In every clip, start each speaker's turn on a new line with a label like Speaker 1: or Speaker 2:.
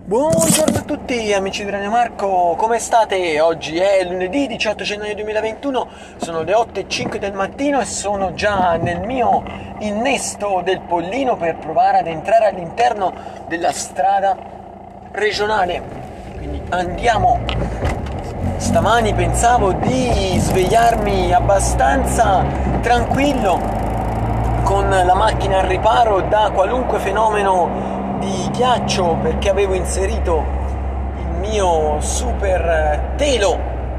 Speaker 1: Buongiorno a tutti amici di Radio Marco, come state? Oggi è lunedì 18 gennaio 2021, sono le 8:05 del mattino e sono già nel mio innesto del Pollino per provare ad entrare all'interno della strada regionale. Quindi andiamo. Stamani pensavo di svegliarmi abbastanza tranquillo con la macchina al riparo da qualunque fenomeno di ghiaccio, perché avevo inserito il mio super telo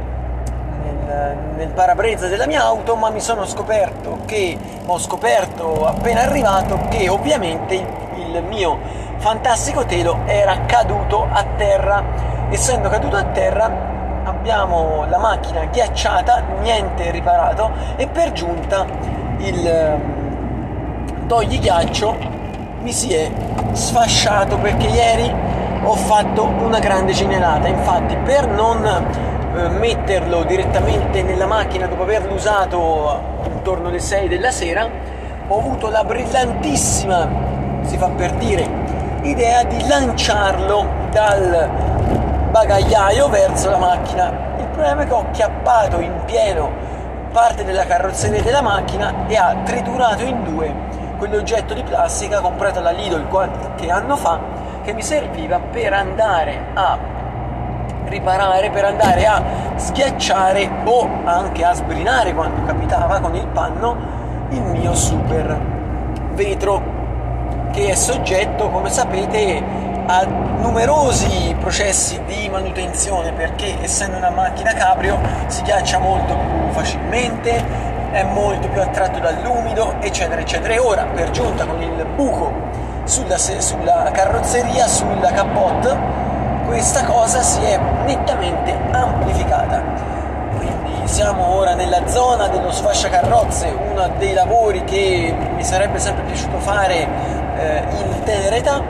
Speaker 1: nel parabrezza della mia auto, ma ho scoperto appena arrivato che ovviamente il mio fantastico telo era caduto a terra. Essendo caduto a terra abbiamo la macchina ghiacciata, niente riparato, e per giunta il togli ghiaccio mi si è sfasciato perché ieri ho fatto una grande cinelata. Infatti, per non metterlo direttamente nella macchina dopo averlo usato intorno alle 6 della sera, ho avuto la brillantissima, si fa per dire, idea di lanciarlo dal bagagliaio verso la macchina. Il problema è che ho chiappato in pieno parte della carrozzeria della macchina e ha triturato in due quell'oggetto di plastica comprato alla Lidl qualche anno fa, che mi serviva per andare a riparare, per andare a sghiacciare o anche a sbrinare, quando capitava, con il panno il mio super vetro, che è soggetto, come sapete, a numerosi processi di manutenzione, perché essendo una macchina cabrio si ghiaccia molto più facilmente, è molto più attratto dall'umido, eccetera eccetera. E ora, per giunta, con il buco sulla carrozzeria, sulla capote, questa cosa si è nettamente amplificata. Quindi siamo ora nella zona dello sfasciacarrozze, uno dei lavori che mi sarebbe sempre piaciuto fare in tenera età,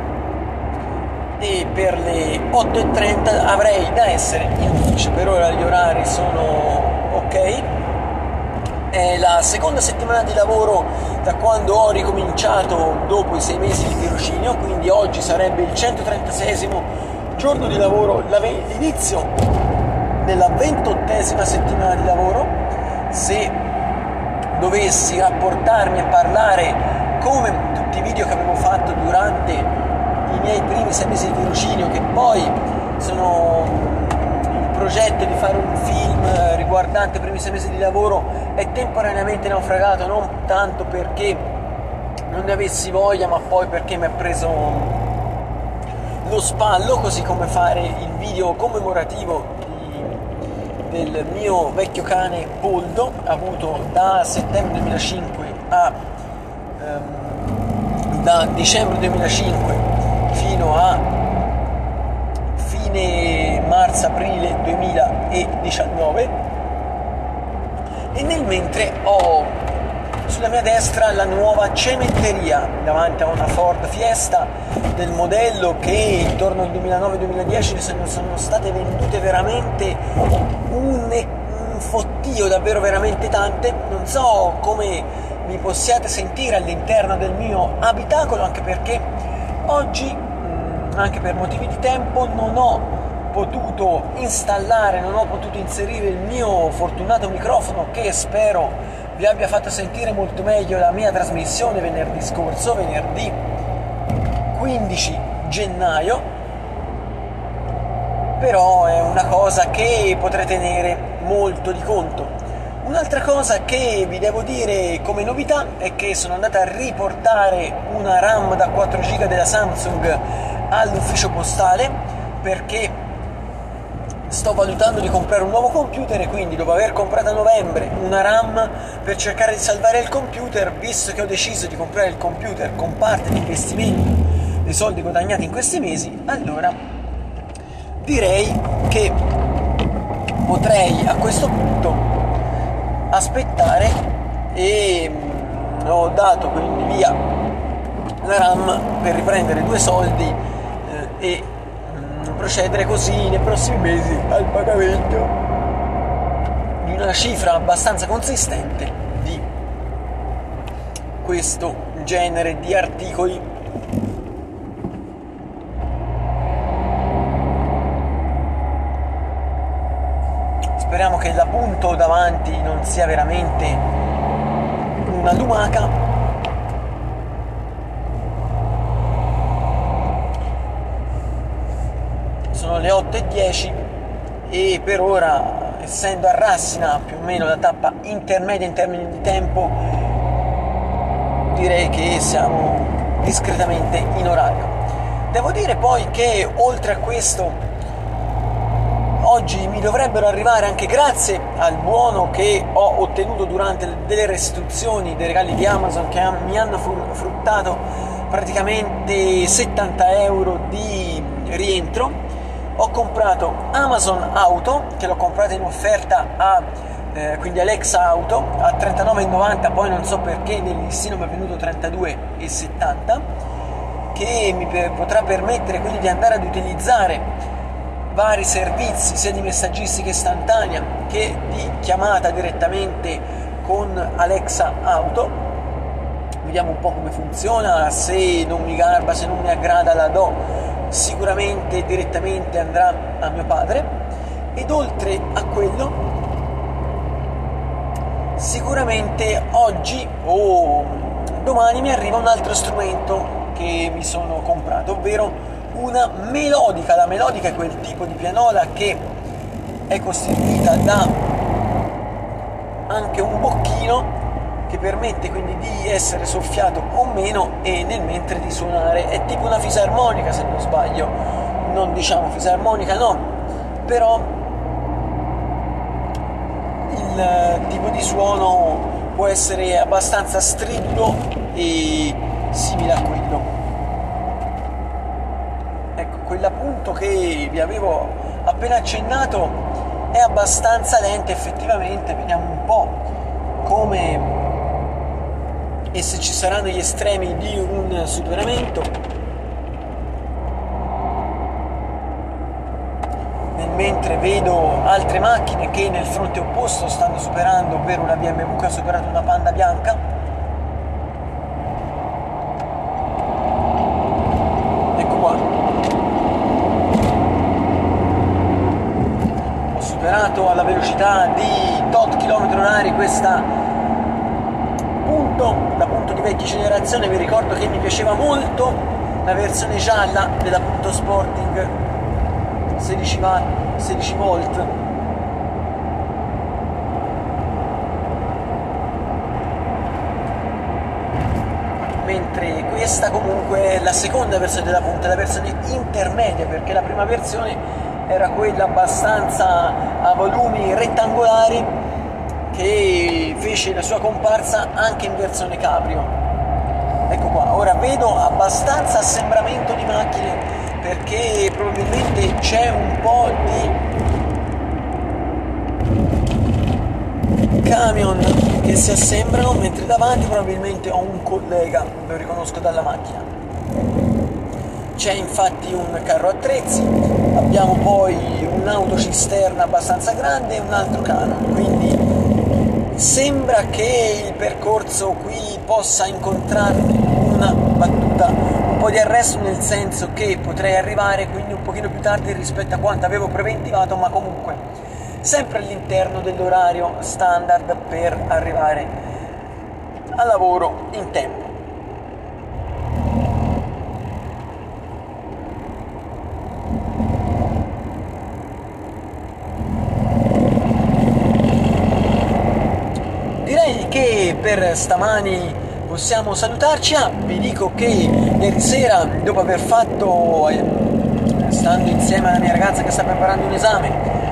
Speaker 1: e per le 8:30 avrei da essere in ufficio. Per ora gli orari sono ok. È la seconda settimana di lavoro da quando ho ricominciato dopo i 6 mesi di tirocinio, quindi oggi sarebbe il 136esimo giorno di lavoro, l'inizio della 28esima settimana di lavoro. Se dovessi rapportarmi e parlare come tutti i video che avevo fatto durante i miei primi 6 mesi di tirocinio, che poi sono progetto di fare un film riguardante i primi 6 mesi di lavoro, è temporaneamente naufragato, non tanto perché non ne avessi voglia, ma poi perché mi ha preso lo spallo, così come fare il video commemorativo del mio vecchio cane Poldo, avuto da settembre 2005 da dicembre 2005 fino a fine marzo-aprile 2019. E nel mentre ho sulla mia destra la nuova cementeria davanti a una Ford Fiesta del modello che intorno al 2009-2010 sono state vendute veramente un fottio, davvero veramente tante. Non so come mi possiate sentire all'interno del mio abitacolo, anche perché oggi, anche per motivi di tempo, non ho potuto installare, non ho potuto inserire il mio fortunato microfono, che spero vi abbia fatto sentire molto meglio la mia trasmissione venerdì scorso, venerdì 15 gennaio. Però è una cosa che potrei tenere molto di conto. Un'altra cosa che vi devo dire come novità è che sono andata a riportare una RAM da 4 GB della Samsung all'ufficio postale, perché sto valutando di comprare un nuovo computer, e quindi, dopo aver comprato a novembre una RAM per cercare di salvare il computer, visto che ho deciso di comprare il computer con parte di investimento dei soldi guadagnati in questi mesi, allora direi che potrei a questo punto aspettare, e ho dato quindi via la RAM per riprendere 2 soldi e procedere così nei prossimi mesi al pagamento di una cifra abbastanza consistente di questo genere di articoli. speriamo che la punto davanti non sia veramente una lumaca. Sono le 8:10 e per ora, essendo a Rassina più o meno la tappa intermedia in termini di tempo, direi che siamo discretamente in orario. Devo dire poi che oltre a questo oggi mi dovrebbero arrivare, anche grazie al buono che ho ottenuto durante delle restituzioni dei regali di Amazon, che mi hanno fruttato praticamente 70 euro di rientro. Ho comprato Amazon Auto, che l'ho comprato in offerta quindi Alexa Auto a 39,90, poi non so perché nel listino mi è venuto 32,70, che mi potrà permettere quindi di andare ad utilizzare vari servizi sia di messaggistica istantanea che di chiamata direttamente con Alexa Auto. Vediamo un po' come funziona, se non mi garba, se non mi aggrada la do, sicuramente direttamente andrà a mio padre. Ed oltre a quello, sicuramente oggi o domani mi arriva un altro strumento che mi sono comprato, ovvero una melodica. La melodica è quel tipo di pianola che è costituita da anche un bocchino che permette quindi di essere soffiato o meno e nel mentre di suonare. È tipo una fisarmonica, se non sbaglio, non diciamo fisarmonica, no, però il tipo di suono può essere abbastanza stridulo e simile a quello. Ecco, quell'appunto che vi avevo appena accennato è abbastanza lento effettivamente. Vediamo un po' come e se ci saranno gli estremi di un superamento. Nel mentre vedo altre macchine che nel fronte opposto stanno superando, ovvero una BMW che ha superato una Panda bianca. Ecco qua, ho superato alla velocità di tot km/h questa punto, la punto di vecchia generazione. Vi ricordo che mi piaceva molto la versione gialla della punto Sporting 16 volt. Mentre questa comunque è la seconda versione della punta, la versione intermedia, perché la prima versione era quella abbastanza a volumi rettangolari che fece la sua comparsa anche in versione cabrio. Ecco qua, ora vedo abbastanza assembramento di macchine, perché probabilmente c'è un po' di camion che si assembrano, mentre davanti probabilmente ho un collega, lo riconosco dalla macchina. C'è infatti un carro attrezzi, abbiamo poi un'autocisterna abbastanza grande e un altro camion, quindi sembra che il percorso qui possa incontrare una battuta, un po' di arresto, nel senso che potrei arrivare quindi un pochino più tardi rispetto a quanto avevo preventivato, ma comunque sempre all'interno dell'orario standard per arrivare al lavoro in tempo. Direi che per stamani possiamo salutarci. Vi dico che ieri sera, dopo aver fatto, stando insieme alla mia ragazza che sta preparando un esame,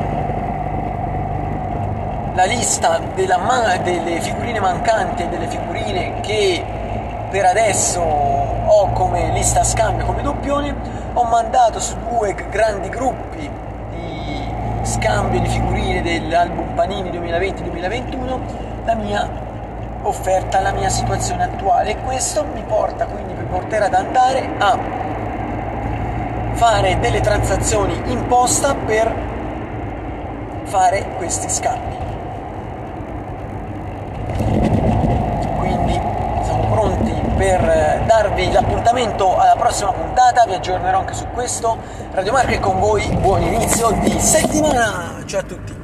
Speaker 1: la lista delle figurine mancanti e delle figurine che per adesso ho come lista a scambio, come doppione, ho mandato su 2 grandi gruppi di scambio di figurine dell'album Panini 2020-2021 la mia offerta, la mia situazione attuale, e questo mi porterà ad andare a fare delle transazioni in posta per fare questi scambi. Quindi siamo pronti per darvi l'appuntamento alla prossima puntata, vi aggiornerò anche su questo. Radio Marco è con voi, buon inizio di settimana, ciao a tutti.